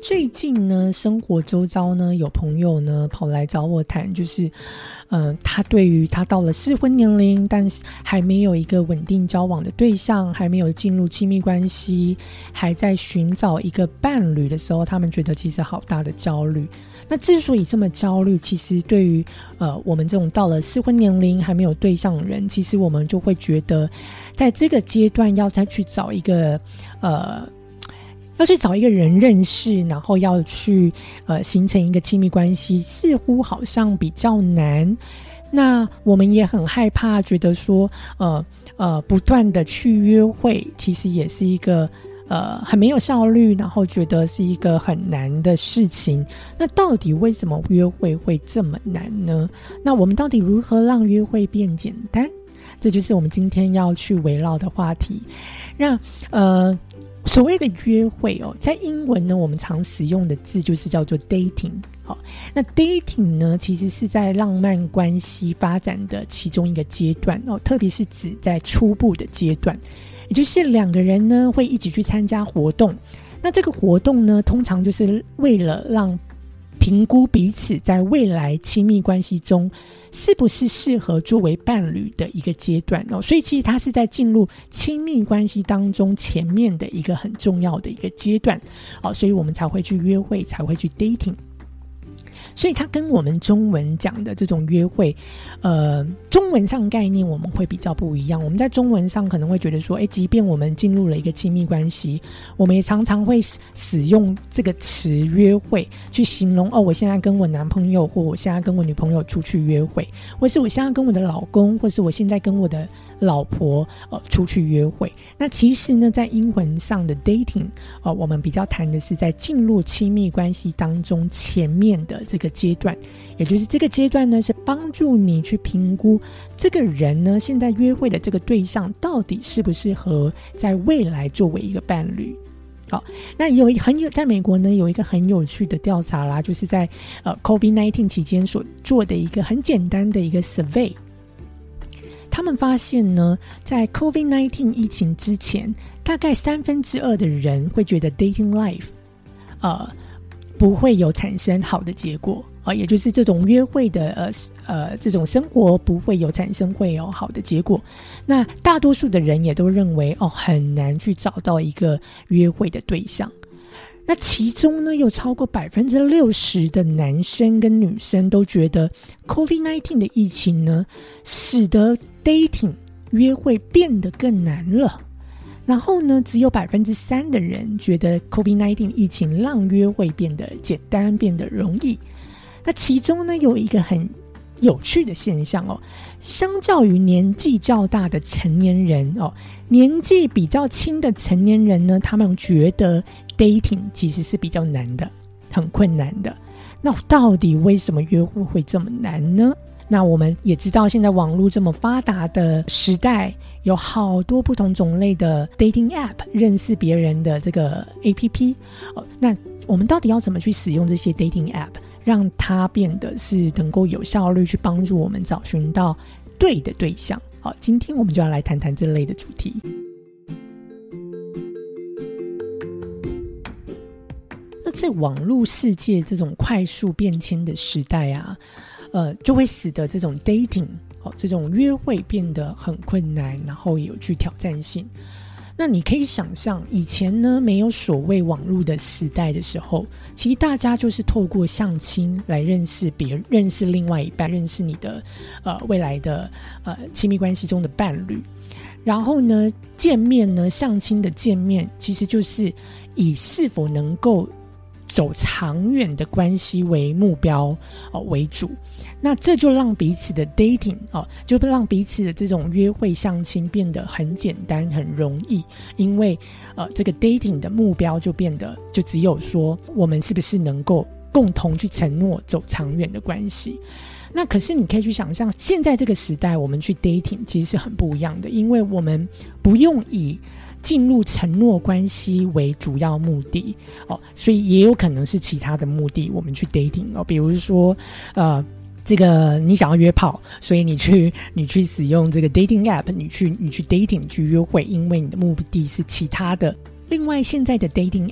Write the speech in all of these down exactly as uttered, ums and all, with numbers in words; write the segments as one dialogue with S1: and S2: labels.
S1: 最近呢，生活周遭呢，有朋友呢跑来找我谈，就是呃，他对于他到了适婚年龄，但是还没有一个稳定交往的对象，还没有进入亲密关系，还在寻找一个伴侣的时候，他们觉得其实好大的焦虑。那之所以这么焦虑，其实对于呃我们这种到了适婚年龄还没有对象的人，其实我们就会觉得，在这个阶段要再去找一个呃。要去找一个人认识，然后要去呃形成一个亲密关系，似乎好像比较难。那我们也很害怕，觉得说呃呃不断的去约会，其实也是一个呃很没有效率，然后觉得是一个很难的事情。那到底为什么约会会这么难呢？那我们到底如何让约会变简单？这就是我们今天要去围绕的话题。那呃。所谓的约会哦，在英文呢，我们常使用的字就是叫做 dating。好，那 dating 呢，其实是在浪漫关系发展的其中一个阶段哦，特别是指在初步的阶段，也就是两个人呢会一起去参加活动。那这个活动呢，通常就是为了让评估彼此在未来亲密关系中是不是适合作为伴侣的一个阶段哦，所以其实它是在进入亲密关系当中前面的一个很重要的一个阶段哦，所以我们才会去约会，才会去 dating。所以它跟我们中文讲的这种约会呃，中文上概念我们会比较不一样。我们在中文上可能会觉得说，诶，即便我们进入了一个亲密关系，我们也常常会使用这个词约会去形容，哦，我现在跟我男朋友，或我现在跟我女朋友出去约会，或是我现在跟我的老公，或是我现在跟我的老婆呃出去约会。那其实呢，在英文上的 dating 呃，我们比较谈的是在进入亲密关系当中前面的这个阶段，也就是这个阶段呢，是帮助你去评估这个人呢，现在约会的这个对象到底适不适合在未来作为一个伴侣。好，那有很有在美国呢，有一个很有趣的调查啦，就是在呃 COVID 十九 期间所做的一个很简单的一个 survey。他们发现呢，在 COVID 十九 疫情之前，大概三分之二的人会觉得 dating life 呃不会有产生好的结果啊、呃，也就是这种约会的呃呃这种生活不会有产生会有好的结果。那大多数的人也都认为哦，很难去找到一个约会的对象。那其中呢，有超过百分之六十的男生跟女生都觉得 COVID 十九 的疫情呢，使得 dating 约会变得更难了。然后呢，只有百分之三的人觉得 COVID 十九 疫情让约会变得简单，变得容易。那其中呢，有一个很有趣的现象哦，相较于年纪较大的成年人哦，年纪比较轻的成年人呢，他们觉得 dating 其实是比较难的，很困难的。那到底为什么约会会这么难呢？那我们也知道，现在网络这么发达的时代，有好多不同种类的 dating app 认识别人的这个 A P P、哦、那我们到底要怎么去使用这些 dating app， 让它变得是能够有效率去帮助我们找寻到对的对象？好，今天我们就要来谈谈这类的主题。那在网络世界这种快速变迁的时代啊，呃，就会使得这种 dating、哦、这种约会变得很困难，然后有具挑战性。那你可以想象，以前呢没有所谓网络的时代的时候，其实大家就是透过相亲来认识别人，认识另外一半，认识你的呃未来的呃亲密关系中的伴侣。然后呢，见面呢，相亲的见面其实就是以是否能够走长远的关系为目标、哦、为主。那这就让彼此的 dating、哦、就让彼此的这种约会相亲变得很简单很容易，因为呃这个 dating 的目标就变得就只有说我们是不是能够共同去承诺走长远的关系。那可是你可以去想象，现在这个时代我们去 dating 其实是很不一样的，因为我们不用以进入承诺关系为主要目的、哦、所以也有可能是其他的目的我们去 dating、哦、比如说呃这个你想要约炮，所以你去你去使用这个 dating app， 你去你去 dating 去约会，因为你的目的是其他的。另外现在的 dating app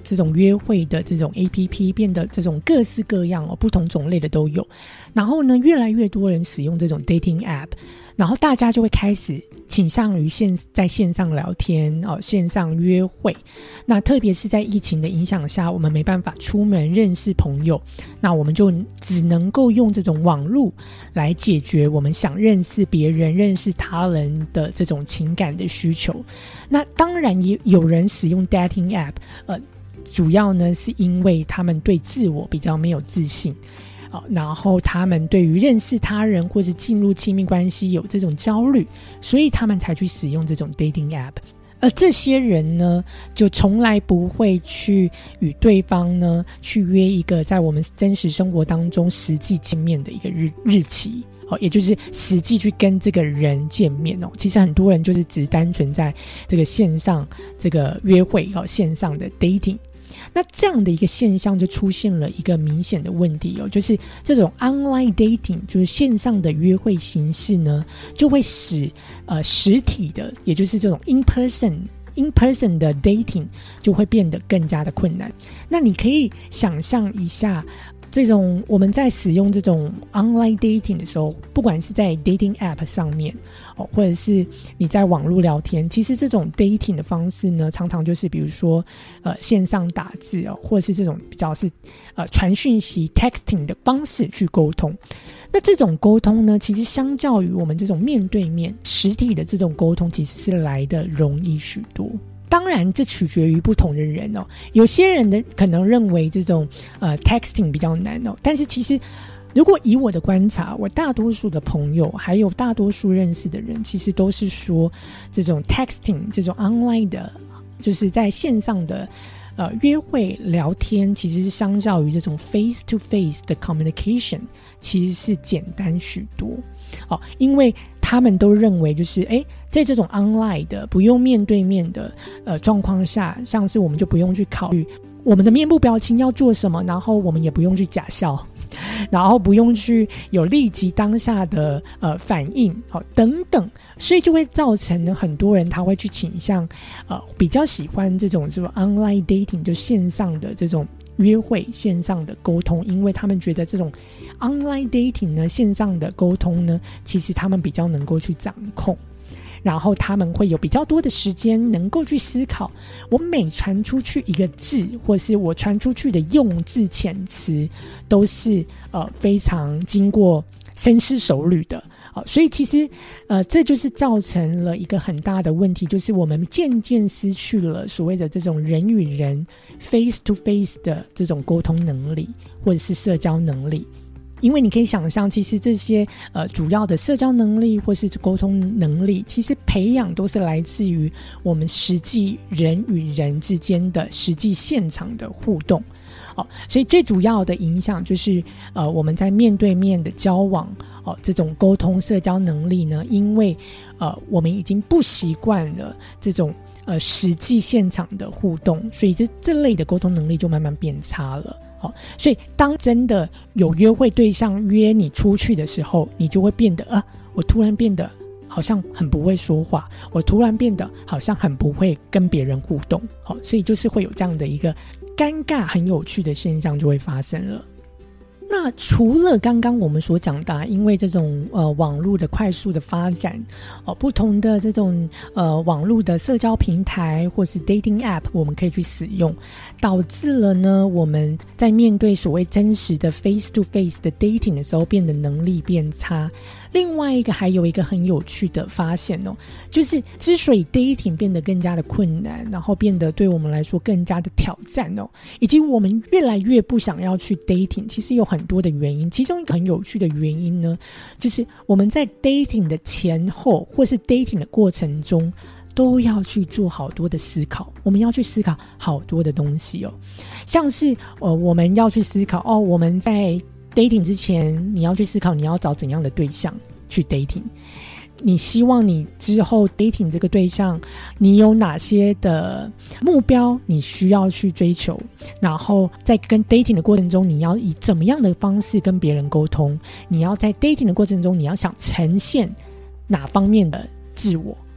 S1: 这种约会的这种 A P P 变得这种各式各样哦，不同种类的都有。然后呢，越来越多人使用这种 dating app， 然后大家就会开始倾向于线在线上聊天哦，线上约会。那特别是在疫情的影响下，我们没办法出门认识朋友，那我们就只能够用这种网络来解决我们想认识别人、认识他人的这种情感的需求。那当然也有人使用 dating app， 呃，主要呢是因为他们对自我比较没有自信。然后他们对于认识他人或是进入亲密关系有这种焦虑，所以他们才去使用这种 dating app。 而这些人呢，就从来不会去与对方呢去约一个在我们真实生活当中实际见面的一个 日, 日期，也就是实际去跟这个人见面哦。其实很多人就是只单纯在这个线上这个约会哦，线上的 dating。那这样的一个现象就出现了一个明显的问题哦，就是这种 online dating， 就是线上的约会形式呢，就会使呃实体的，也就是这种 in person in person 的 dating 就会变得更加的困难。那你可以想象一下，这种我们在使用这种 online dating 的时候，不管是在 dating app 上面哦，或者是你在网络聊天，其实这种 dating 的方式呢，常常就是比如说呃线上打字哦，或者是这种比较是呃传讯息 texting 的方式去沟通。那这种沟通呢，其实相较于我们这种面对面实体的这种沟通，其实是来得容易许多。当然这取决于不同的人哦，有些人的可能认为这种呃 texting 比较难哦，但是其实如果以我的观察，我大多数的朋友还有大多数认识的人，其实都是说这种 texting 这种 online 的，就是在线上的呃约会聊天，其实是相较于这种 face to face 的 communication 其实是简单许多哦，因为他们都认为就是诶在这种 online 的不用面对面的呃状况下，像是我们就不用去考虑我们的面部表情要做什么，然后我们也不用去假笑，然后不用去有立即当下的呃反应，好等等，所以就会造成呢很多人他会去倾向呃比较喜欢这种这种 online dating 就线上的这种约会线上的沟通，因为他们觉得这种 online dating 呢线上的沟通呢，其实他们比较能够去掌控，然后他们会有比较多的时间能够去思考，我每传出去一个字，或是我传出去的用字遣词，都是呃非常经过深思熟虑的。好，所以其实呃这就是造成了一个很大的问题，就是我们渐渐失去了所谓的这种人与人 face to face 的这种沟通能力或者是社交能力。因为你可以想象，其实这些呃主要的社交能力或是沟通能力，其实培养都是来自于我们实际人与人之间的实际现场的互动。哦，所以最主要的影响就是呃我们在面对面的交往哦，这种沟通社交能力呢，因为呃我们已经不习惯了这种呃实际现场的互动，所以这这类的沟通能力就慢慢变差了。哦，所以当真的有约会对象约你出去的时候，你就会变得啊，我突然变得好像很不会说话，我突然变得好像很不会跟别人互动。好，所以就是会有这样的一个尴尬很有趣的现象就会发生了。那除了刚刚我们所讲的，因为这种呃网络的快速的发展，哦，不同的这种呃网络的社交平台或是 dating app 我们可以去使用，导致了呢我们在面对所谓真实的 face to face 的 dating 的时候变得能力变差。另外一个还有一个很有趣的发现哦，就是之所以 dating 变得更加的困难，然后变得对我们来说更加的挑战哦，以及我们越来越不想要去 dating， 其实有很多的原因。其中一个很有趣的原因呢，就是我们在 dating 的前后或是 dating 的过程中都要去做好多的思考，我们要去思考好多的东西哦，像是呃我们要去思考哦，我们在dating 之前你要去思考你要找怎样的对象去 dating， 你希望你之后 dating 这个对象你有哪些的目标你需要去追求，然后在跟 dating 的过程中你要以怎么样的方式跟别人沟通，你要在 dating 的过程中你要想呈现哪方面的自我，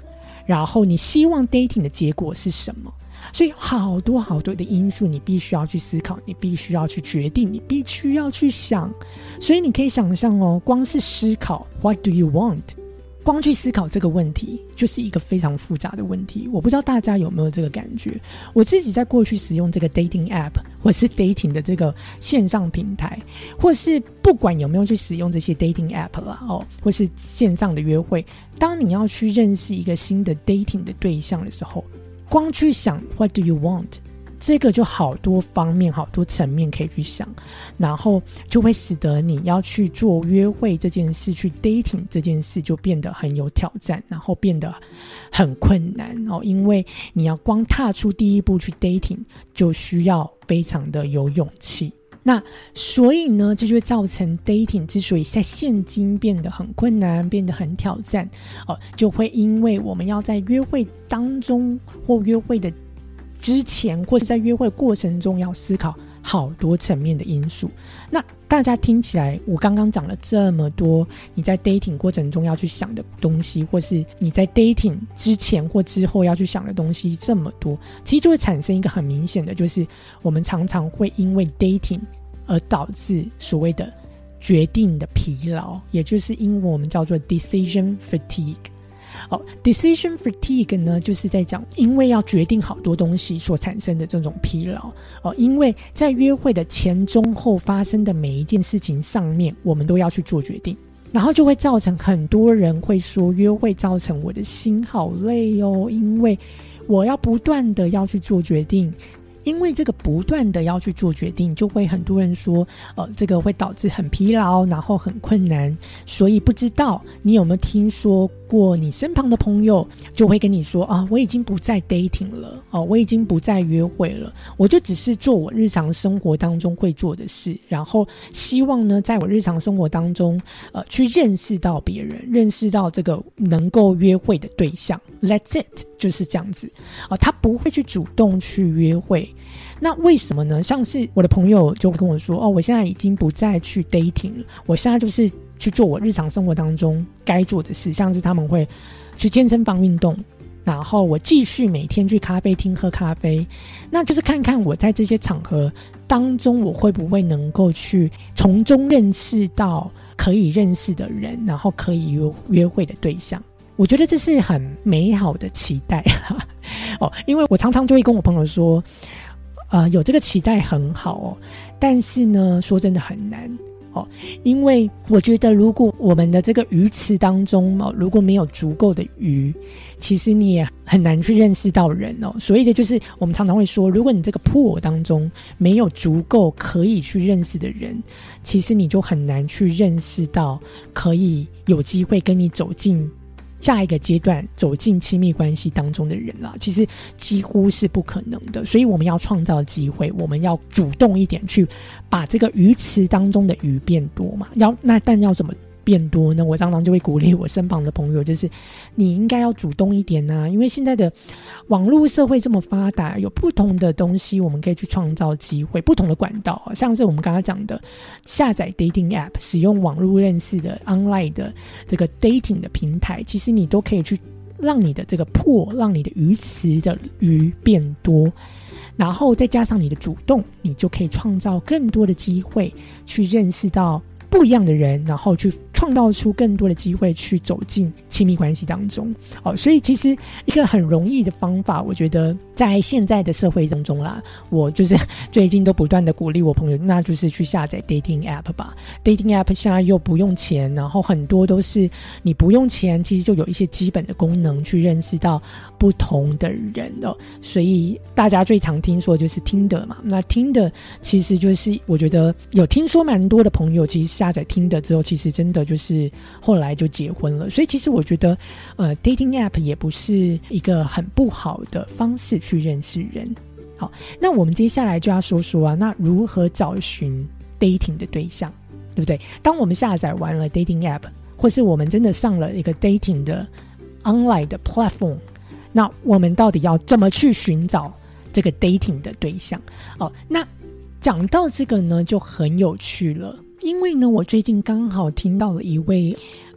S1: 然后你希望 dating 的结果是什么。所以好多好多的因素你必须要去思考，你必须要去决定，你必须要去想。所以你可以想象哦，光是思考 What do you want， 光去思考这个问题就是一个非常复杂的问题。我不知道大家有没有这个感觉，我自己在过去使用这个 dating app 或是 dating 的这个线上平台，或是不管有没有去使用这些 dating app 啦，哦，或是线上的约会，当你要去认识一个新的 dating 的对象的时候，光去想 What do you want， 这个就好多方面好多层面可以去想，然后就会使得你要去做约会这件事，去 dating 这件事就变得很有挑战，然后变得很困难哦，因为你要光踏出第一步去 dating 就需要非常的有勇气。那所以呢，这就会造成 dating 之所以在现今变得很困难，变得很挑战，哦，就会因为我们要在约会当中或约会的之前，或是在约会过程中要思考好多层面的因素。那大家听起来，我刚刚讲了这么多，你在 dating 过程中要去想的东西，或是你在 dating 之前或之后要去想的东西这么多，其实就会产生一个很明显的，就是我们常常会因为 dating 而导致所谓的决定的疲劳，也就是英文我们叫做 decision fatigue。哦 decision fatigue 呢，就是在讲因为要决定好多东西所产生的这种疲劳。哦，因为在约会的前中后发生的每一件事情上面，我们都要去做决定，然后就会造成很多人会说，约会造成我的心好累哦，因为我要不断的要去做决定。因为这个不断的要去做决定，就会很多人说呃，这个会导致很疲劳，然后很困难。所以不知道你有没有听说过，你身旁的朋友就会跟你说啊，我已经不再 dating 了，哦，我已经不再约会了，我就只是做我日常生活当中会做的事，然后希望呢，在我日常生活当中呃，去认识到别人，认识到这个能够约会的对象。 That's it， 就是这样子，哦，他不会去主动去约会。那为什么呢？像是我的朋友就会跟我说，哦，我现在已经不再去 dating 了，我现在就是去做我日常生活当中该做的事，像是他们会去健身房运动，然后我继续每天去咖啡厅喝咖啡，那就是看看我在这些场合当中，我会不会能够去从中认识到可以认识的人，然后可以 约, 约会的对象。我觉得这是很美好的期待哦，因为我常常就会跟我朋友说呃，有这个期待很好哦，但是呢，说真的很难哦，因为我觉得如果我们的这个鱼池当中哦，如果没有足够的鱼，其实你也很难去认识到人哦。所以的就是我们常常会说，如果你这个 pool 当中没有足够可以去认识的人，其实你就很难去认识到可以有机会跟你走进下一个阶段，走进亲密关系当中的人啦，其实几乎是不可能的。所以我们要创造机会，我们要主动一点，去把这个鱼池当中的鱼变多嘛。要那但要怎么变多呢？我常常就会鼓励我身旁的朋友，就是你应该要主动一点啊，因为现在的网络社会这么发达，有不同的东西我们可以去创造机会，不同的管道，像是我们刚刚讲的下载 dating app， 使用网络认识的 online 的这个 dating 的平台，其实你都可以去让你的这个破，让你的鱼池的鱼变多，然后再加上你的主动，你就可以创造更多的机会去认识到不一样的人，然后去创造出更多的机会去走进亲密关系当中。哦，所以其实一个很容易的方法，我觉得在现在的社会当中啦，我就是最近都不断的鼓励我朋友，那就是去下载 dating app 吧。dating app 现在又不用钱，然后很多都是你不用钱，其实就有一些基本的功能去认识到不同的人哦。所以大家最常听说的就是 Tinder 嘛，那 Tinder 其实就是我觉得有听说蛮多的朋友其实下载 Tinder 之后，其实真的就是后来就结婚了。所以其实我觉得呃 dating app 也不是一个很不好的方式去认识人。好，那我们接下来就要说说啊，那如何找寻 dating 的对象，对不对？当我们下载完了 dating app， 或是我们真的上了一个 dating 的 online 的 platform， 那我们到底要怎么去寻找这个 dating 的对象？哦，那讲到这个呢就很有趣了，因为呢我最近刚好听到了一位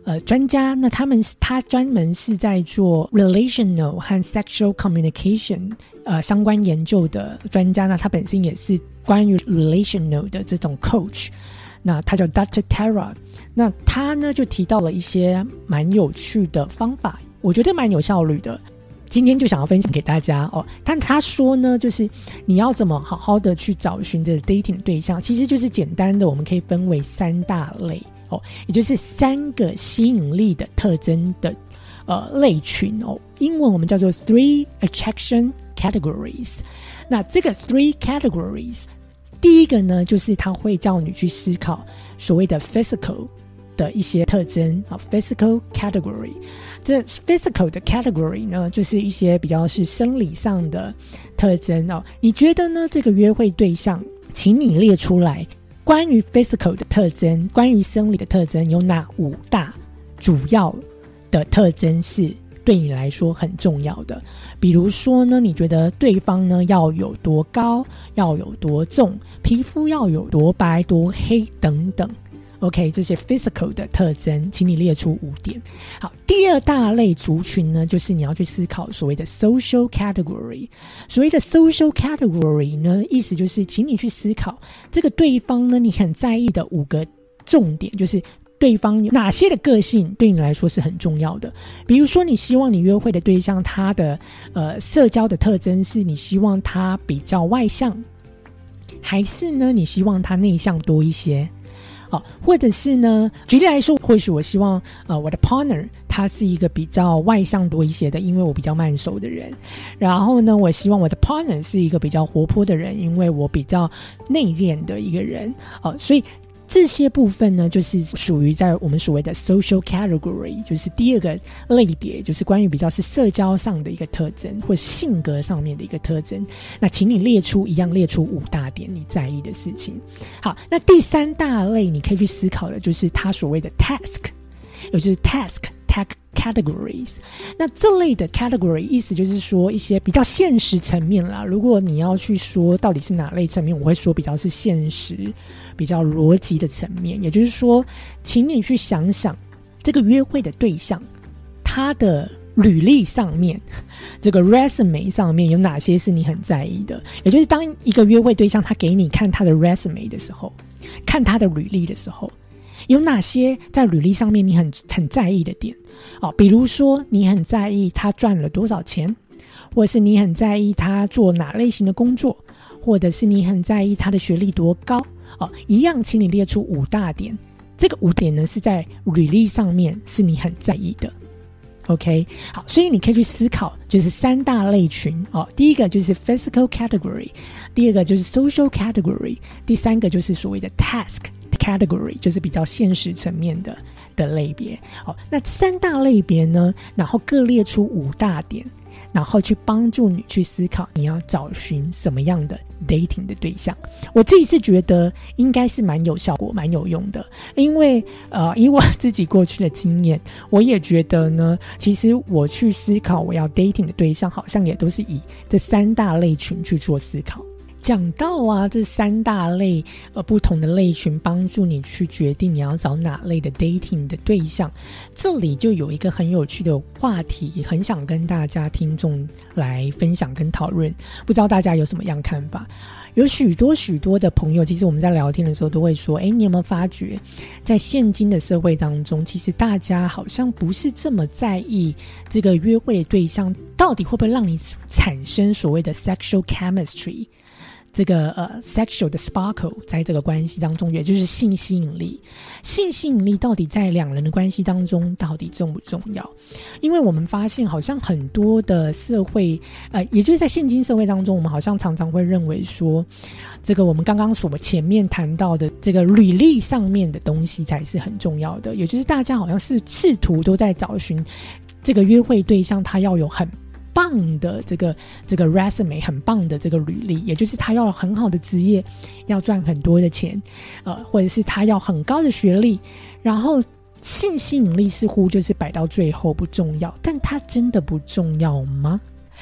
S1: 呃专家，那他们他专门是在做 relational 和 sexual communication 呃相关研究的专家，那他本身也是关于 relational 的这种 coach， 那他叫 Doctor Tara， 那他呢就提到了一些蛮有趣的方法，我觉得蛮有效率的，今天就想要分享给大家哦。但他说呢，就是你要怎么好好的去找寻这 dating 对象，其实就是简单的，我们可以分为三大类哦，也就是三个吸引力的特征的呃类群哦。英文我们叫做 three attraction categories。那这个 three categories， 第一个呢，就是他会叫你去思考所谓的 physical 的一些特征啊 ，physical category。这 physical 的 category 呢，就是一些比较是生理上的特征哦。你觉得呢？这个约会对象，请你列出来关于 physical 的特征，关于生理的特征有哪五大主要的特征是对你来说很重要的？比如说呢，你觉得对方呢要有多高，要有多重，皮肤要有多白多黑等等。OK， 这些 physical 的特征，请你列出五点。好，第二大类族群呢，就是你要去思考所谓的 social category。所谓的 social category 呢，意思就是请你去思考这个对方呢，你很在意的五个重点，就是对方有哪些的个性对你来说是很重要的。比如说，你希望你约会的对象他的呃社交的特征是你希望他比较外向，还是呢你希望他内向多一些？哦，或者是呢，举例来说，或许我希望呃我的 partner 他是一个比较外向多一些的，因为我比较慢熟的人。然后呢，我希望我的 partner 是一个比较活泼的人，因为我比较内敛的一个人。哦，所以这些部分呢，就是属于在我们所谓的 social category， 就是第二个类别，就是关于比较是社交上的一个特征，或性格上面的一个特征。那请你列出一样，列出五大点你在意的事情。好，那第三大类你可以去思考的，就是他所谓的 task， 也就是 task tag categories。 那这类的 category 意思就是说一些比较现实层面啦，如果你要去说到底是哪类层面，我会说比较是现实比较逻辑的层面。也就是说，请你去想想这个约会的对象他的履历上面，这个 resume 上面有哪些是你很在意的。也就是当一个约会对象他给你看他的 resume 的时候，看他的履历的时候，有哪些在履历上面你很很在意的点。哦，比如说你很在意他赚了多少钱，或者是你很在意他做哪类型的工作，或者是你很在意他的学历多高。哦，一样请你列出五大点，这个五点呢是在履历上面是你很在意的。OK， 好，所以你可以去思考，就是三大类群哦。第一个就是 physical category， 第二个就是 social category， 第三个就是所谓的 task category， 就是比较现实层面的的类别。好，那三大类别呢，然后各列出五大点，然后去帮助你去思考你要找寻什么样的 dating 的对象。我自己是觉得应该是蛮有效果蛮有用的，因为呃，以我自己过去的经验，我也觉得呢，其实我去思考我要 dating 的对象，好像也都是以这三大类群去做思考。讲到啊，这三大类呃不同的类群帮助你去决定你要找哪类的 dating 的对象，这里就有一个很有趣的话题，很想跟大家听众来分享跟讨论，不知道大家有什么样看法。有许多许多的朋友，其实我们在聊天的时候都会说，诶，你有没有发觉在现今的社会当中，其实大家好像不是这么在意这个约会的对象到底会不会让你产生所谓的 sexual chemistry，这个呃 sexual 的 sparkle 在这个关系当中，也就是性吸引力。性吸引力到底在两人的关系当中到底重不重要？因为我们发现好像很多的社会呃，也就是在现今社会当中，我们好像常常会认为说，这个我们刚刚所前面谈到的这个履历上面的东西才是很重要的，也就是大家好像是试图都在找寻这个约会对象他要有很棒的这个这个 resume， 很棒的这个履历，也就是他要有很好的职业，要赚很多的钱，呃，或者是他要很高的学历，然后性吸引力似乎就是摆到最后不重要，但它真的不重要吗？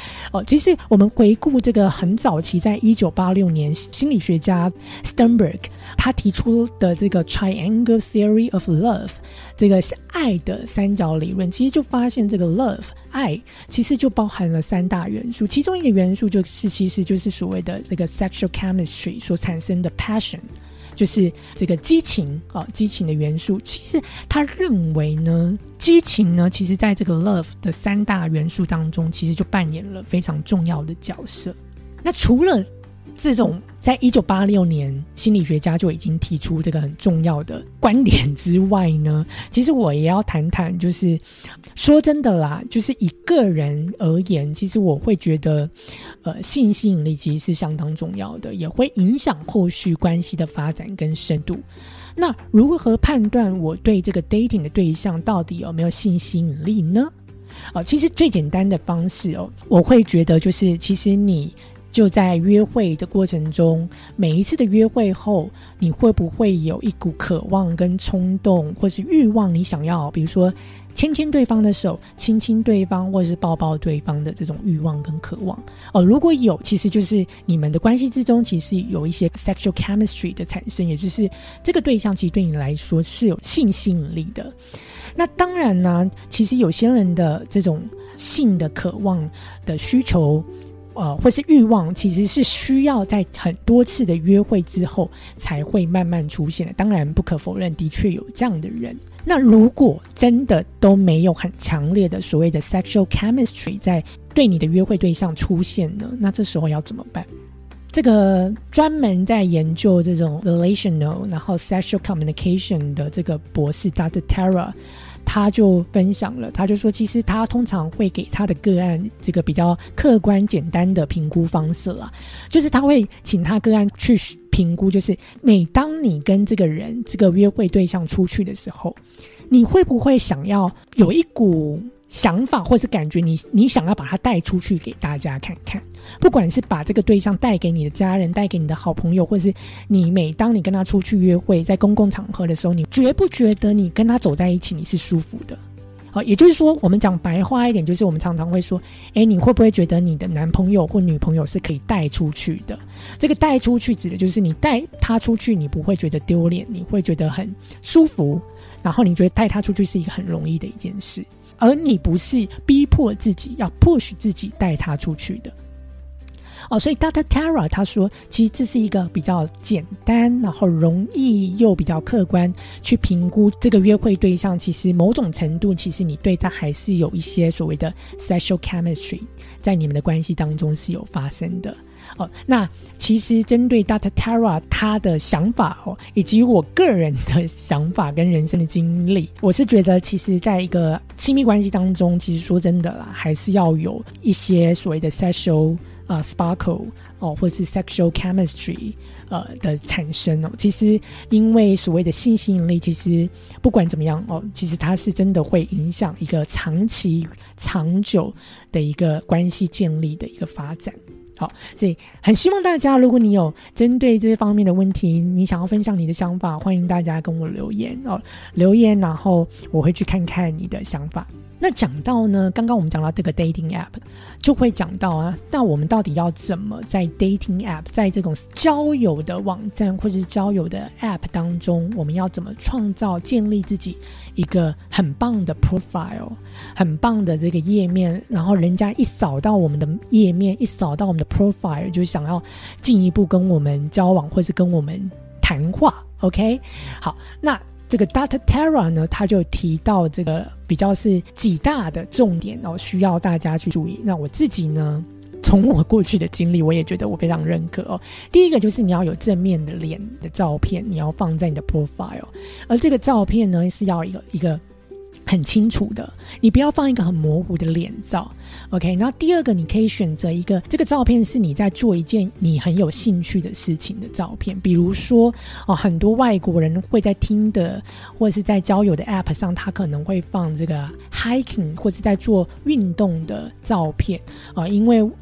S1: 哦，其实我们回顾这个很早期，在一九八六年，心理学家 Sternberg 他提出的这个 Triangle Theory of Love， 这个是爱的三角理论，其实就发现这个 love 爱其实就包含了三大元素，其中一个元素就是其实就是所谓的这个 sexual chemistry 所产生的 passion，就是这个激情啊，激情的元素。其实他认为呢，激情呢，其实在这个 love 的三大元素当中，其实就扮演了非常重要的角色。那除了这种在一九八六年心理学家就已经提出这个很重要的观点之外呢，其实我也要谈谈，就是说真的啦，就是以个人而言，其实我会觉得呃，性吸引力其实是相当重要的，也会影响后续关系的发展跟深度。那如何判断我对这个 dating 的对象到底有没有性吸引力呢？哦，其实最简单的方式哦，我会觉得就是其实你就在约会的过程中，每一次的约会后，你会不会有一股渴望跟冲动或是欲望，你想要比如说牵牵对方的手，亲亲对方，或者是抱抱对方的这种欲望跟渴望哦，如果有，其实就是你们的关系之中其实有一些 sexual chemistry 的产生，也就是这个对象其实对你来说是有性吸引力的。那当然呢，其实有些人的这种性的渴望的需求呃，或是欲望，其实是需要在很多次的约会之后才会慢慢出现的。当然不可否认，的确有这样的人。那如果真的都没有很强烈的所谓的 sexual chemistry 在对你的约会对象出现呢，那这时候要怎么办？这个专门在研究这种 relational 然后 sexual communication 的这个博士 Doctor Tara，他就分享了，他就说其实他通常会给他的个案这个比较客观简单的评估方式啦，就是他会请他个案去评估，就是每当你跟这个人这个约会对象出去的时候，你会不会想要有一股想法或是感觉你你想要把他带出去给大家看看，不管是把这个对象带给你的家人，带给你的好朋友，或是你每当你跟他出去约会在公共场合的时候，你觉不觉得你跟他走在一起你是舒服的？好，也就是说我们讲白话一点，就是我们常常会说，诶，你会不会觉得你的男朋友或女朋友是可以带出去的？这个带出去指的就是你带他出去你不会觉得丢脸，你会觉得很舒服，然后你觉得带他出去是一个很容易的一件事，而你不是逼迫自己要 push 自己带他出去的。哦，所以 Doctor Tara 他说其实这是一个比较简单然后容易又比较客观去评估这个约会对象，其实某种程度其实你对他还是有一些所谓的 sexual chemistry 在你们的关系当中是有发生的。哦，那其实针对 Doctor Tara 他的想法哦，以及我个人的想法跟人生的经历，我是觉得其实在一个亲密关系当中，其实说真的啦，还是要有一些所谓的 sexual Uh, sparkle 哦，或是 sexual chemistry 呃的产生哦。其实因为所谓的性吸引力，其实不管怎么样哦，其实它是真的会影响一个长期长久的一个关系建立的一个发展。好，所以很希望大家，如果你有针对这方面的问题，你想要分享你的想法，欢迎大家跟我留言哦，留言，然后我会去看看你的想法。那讲到呢，刚刚我们讲到这个 dating app， 就会讲到啊，那我们到底要怎么在 dating app， 在这种交友的网站或是交友的 app 当中，我们要怎么创造建立自己一个很棒的 profile， 很棒的这个页面，然后人家一扫到我们的页面，一扫到我们的 profile， 就想要进一步跟我们交往或是跟我们谈话。 OK， 好，那这个 Doctor Tara 呢，他就提到这个比较是几大的重点哦，需要大家去注意。那我自己呢，从我过去的经历，我也觉得我非常认可哦。第一个就是你要有正面的脸的照片，你要放在你的 profile， 而这个照片呢是要一个一个很清楚的，你不要放一个很模糊的脸照 OK。 然后第二个，你可以选择一个这个照片是你在做一件你很有兴趣的事情的照片，比如说、哦、很多外国人会在听的或者是在交友的 app 上，他可能会放这个 hiking 或是在做运动的照片、哦、因为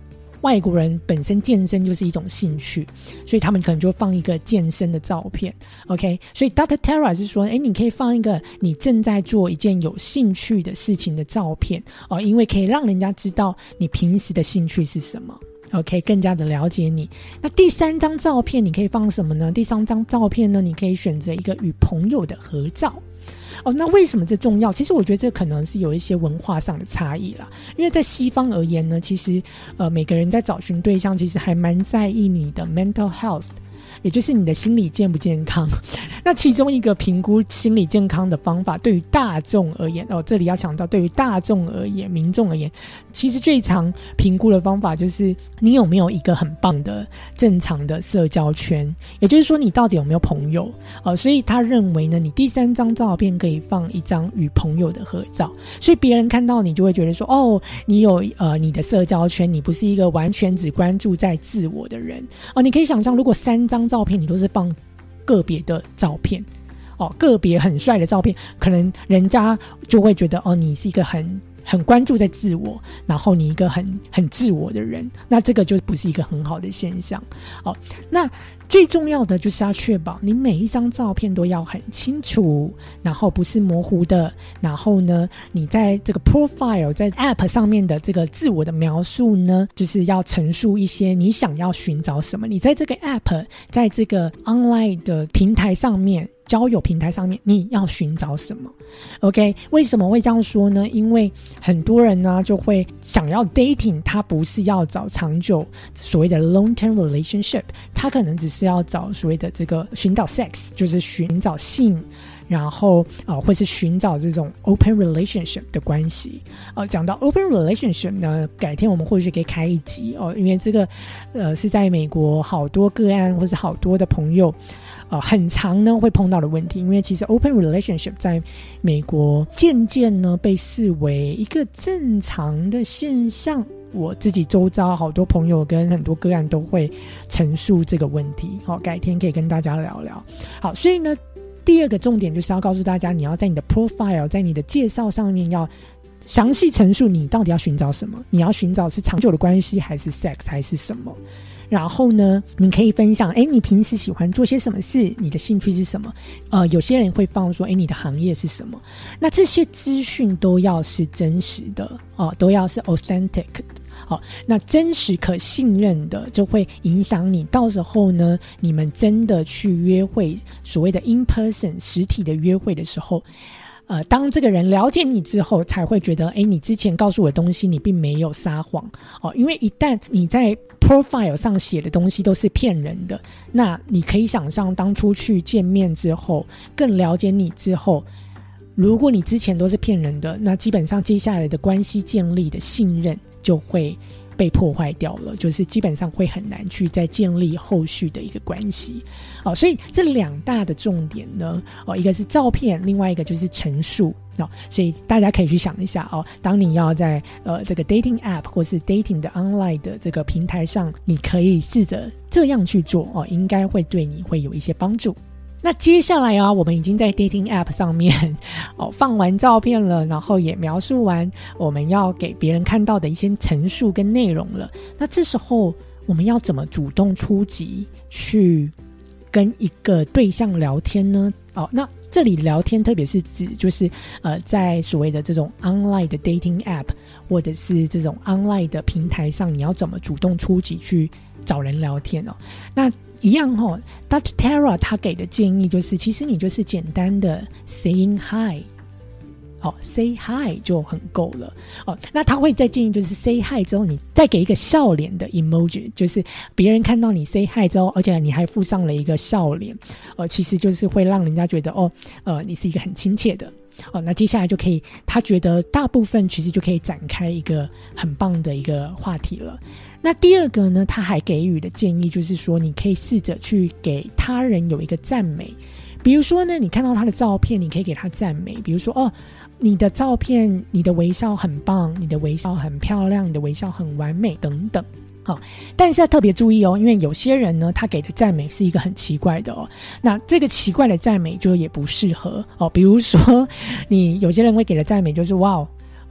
S1: 外国人本身健身就是一种兴趣，所以他们可能就放一个健身的照片 OK， 所以 Doctor Tara 是说，诶，你可以放一个你正在做一件有兴趣的事情的照片、哦、因为可以让人家知道你平时的兴趣是什么OK， 更加的了解你。那第三张照片你可以放什么呢？第三张照片呢，你可以选择一个与朋友的合照。哦，那为什么这重要？其实我觉得这可能是有一些文化上的差异啦。因为在西方而言呢，其实呃每个人在找寻对象，其实还蛮在意你的 mental health，也就是你的心理健不健康。那其中一个评估心理健康的方法，对于大众而言，哦，这里要强调，对于大众而言，民众而言，其实最常评估的方法就是你有没有一个很棒的正常的社交圈，也就是说你到底有没有朋友、哦、所以他认为呢，你第三张照片可以放一张与朋友的合照，所以别人看到你就会觉得说，哦，你有呃你的社交圈，你不是一个完全只关注在自我的人。哦，你可以想象，如果三张照片你都是放个别的照片，哦，个别很帅的照片，可能人家就会觉得，哦，你是一个很很关注在自我，然后你一个很很自我的人，那这个就不是一个很好的现象。哦，那最重要的就是要确保你每一张照片都要很清楚，然后不是模糊的，然后呢，你在这个 profile 在 app 上面的这个自我的描述呢，就是要陈述一些你想要寻找什么，你在这个 app 在这个 online 的平台上面，交友平台上面你要寻找什么 OK， 为什么会这样说呢？因为很多人呢就会想要 dating， 他不是要找长久所谓的 long term relationship， 他可能只是要找所谓的这个寻找 sex， 就是寻找性，然后呃或是寻找这种 open relationship 的关系。呃讲到 open relationship 呢，改天我们或许可以开一集哦，因为这个呃是在美国好多个案或是好多的朋友呃，很常呢会碰到的问题。因为其实 open relationship 在美国渐渐呢被视为一个正常的现象，我自己周遭好多朋友跟很多个案都会陈述这个问题。好、哦，改天可以跟大家聊聊。好，所以呢第二个重点就是要告诉大家，你要在你的 profile 在你的介绍上面要详细陈述你到底要寻找什么，你要寻找是长久的关系还是 sex 还是什么。然后呢你可以分享，诶，你平时喜欢做些什么事，你的兴趣是什么。呃，有些人会放说，诶，你的行业是什么。那这些资讯都要是真实的哦，都要是 authentic。好，那真实可信任的就会影响你到时候呢，你们真的去约会，所谓的 in person 实体的约会的时候，呃，当这个人了解你之后，才会觉得，诶，你之前告诉我的东西你并没有撒谎哦。因为一旦你在 profile 上写的东西都是骗人的，那你可以想象，当初去见面之后，更了解你之后，如果你之前都是骗人的，那基本上接下来的关系建立的信任就会被破坏掉了，就是基本上会很难去再建立后续的一个关系。哦，所以这两大的重点呢，哦，一个是照片，另外一个就是陈述。哦，所以大家可以去想一下哦，当你要在呃这个 dating app 或是 dating 的 online 的这个平台上，你可以试着这样去做哦，应该会对你会有一些帮助。那接下来啊，我们已经在 dating app 上面哦放完照片了，然后也描述完我们要给别人看到的一些陈述跟内容了。那这时候我们要怎么主动出击去跟一个对象聊天呢？哦，那这里聊天特别是指就是呃在所谓的这种 online 的 dating app 或者是这种 online 的平台上，你要怎么主动出击去找人聊天哦？那一样哦 Doctor Tara 他给的建议就是，其实你就是简单的 saying hi， 好 say hi 就很够了哦。那他会再建议就是 say hi 之后，你再给一个笑脸的 emoji， 就是别人看到你 say hi 之后，而且你还附上了一个笑脸，呃，其实就是会让人家觉得哦，呃，你是一个很亲切的。哦，那接下来就可以，他觉得大部分其实就可以展开一个很棒的一个话题了。那第二个呢，他还给予的建议就是说，你可以试着去给他人有一个赞美。比如说呢，你看到他的照片，你可以给他赞美，比如说哦，你的照片，你的微笑很棒，你的微笑很漂亮，你的微笑很完美等等。好，但是要特别注意哦，因为有些人呢，他给的赞美是一个很奇怪的哦。那这个奇怪的赞美就也不适合哦。比如说，你有些人会给的赞美就是哇，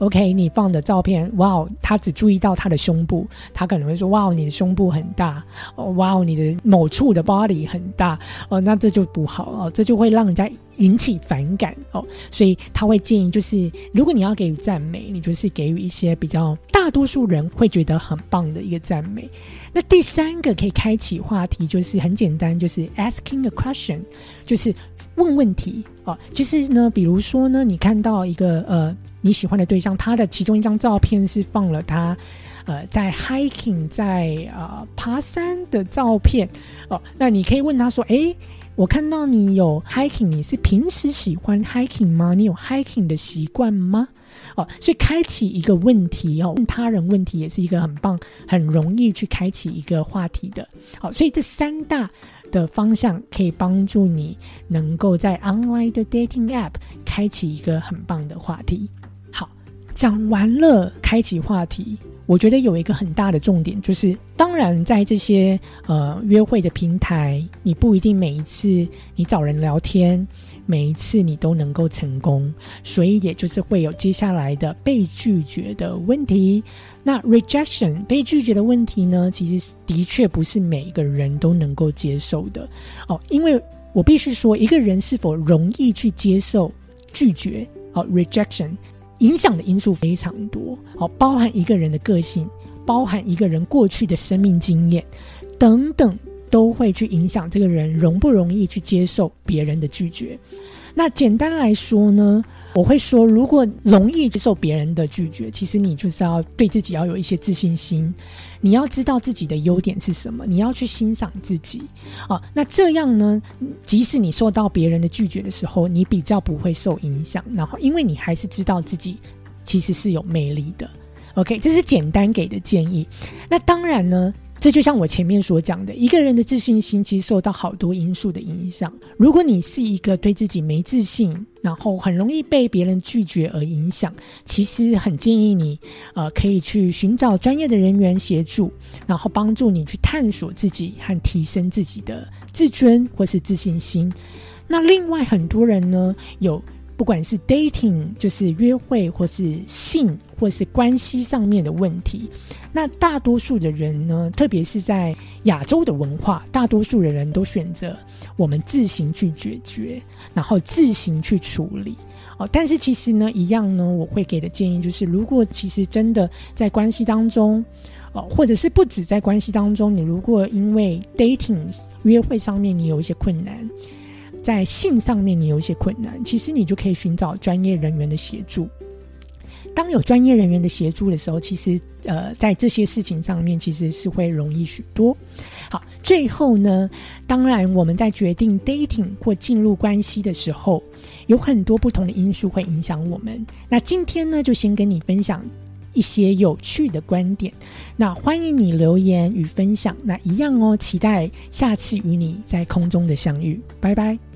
S1: OK， 你放的照片，哇，他只注意到他的胸部，他可能会说，哇，你的胸部很大，哦，哇，你的某处的 body 很大，哦，那这就不好哦，这就会让人家引起反感哦，所以他会建议，就是如果你要给予赞美，你就是给予一些比较大多数人会觉得很棒的一个赞美。那第三个可以开启话题，就是很简单，就是 asking a question， 就是问问题哦，就是呢，比如说呢，你看到一个呃你喜欢的对象，他的其中一张照片是放了他呃在 hiking 在呃爬山的照片哦，那你可以问他说，诶，我看到你有 hiking， 你是平时喜欢 hiking 吗？你有 hiking 的习惯吗？哦，所以开启一个问题哦，问他人问题也是一个很棒、很容易去开启一个话题的。好，所以这三大的方向可以帮助你能够在 online 的 dating app 开启一个很棒的话题。好，讲完了开启话题，我觉得有一个很大的重点，就是当然在这些呃约会的平台，你不一定每一次你找人聊天，每一次你都能够成功，所以也就是会有接下来的被拒绝的问题。那 rejection 被拒绝的问题呢，其实的确不是每个人都能够接受的哦，因为我必须说，一个人是否容易去接受拒绝哦 rejection，影响的因素非常多，好，包含一个人的个性，包含一个人过去的生命经验等等，都会去影响这个人容不容易去接受别人的拒绝。那简单来说呢，我会说，如果容易接受别人的拒绝，其实你就是要对自己要有一些自信心，你要知道自己的优点是什么，你要去欣赏自己啊。那这样呢，即使你受到别人的拒绝的时候，你比较不会受影响，然后因为你还是知道自己其实是有魅力的。OK， 这是简单给的建议。那当然呢，这就像我前面所讲的，一个人的自信心其实受到好多因素的影响。如果你是一个对自己没自信，然后很容易被别人拒绝而影响，其实很建议你呃，可以去寻找专业的人员协助，然后帮助你去探索自己和提升自己的自尊或是自信心。那另外很多人呢，有不管是 dating 就是约会，或是性或是关系上面的问题，那大多数的人呢，特别是在亚洲的文化，大多数的人都选择我们自行去解决，然后自行去处理哦。但是其实呢，一样呢，我会给的建议就是，如果其实真的在关系当中哦，或者是不止在关系当中，你如果因为 dating 约会上面你有一些困难，在性上面你有一些困难，其实你就可以寻找专业人员的协助。当有专业人员的协助的时候，其实呃，在这些事情上面其实是会容易许多。好，最后呢，当然我们在决定 dating 或进入关系的时候，有很多不同的因素会影响我们。那今天呢，就先跟你分享一些有趣的观点，那欢迎你留言与分享。那一样哦，期待下次与你在空中的相遇，拜拜。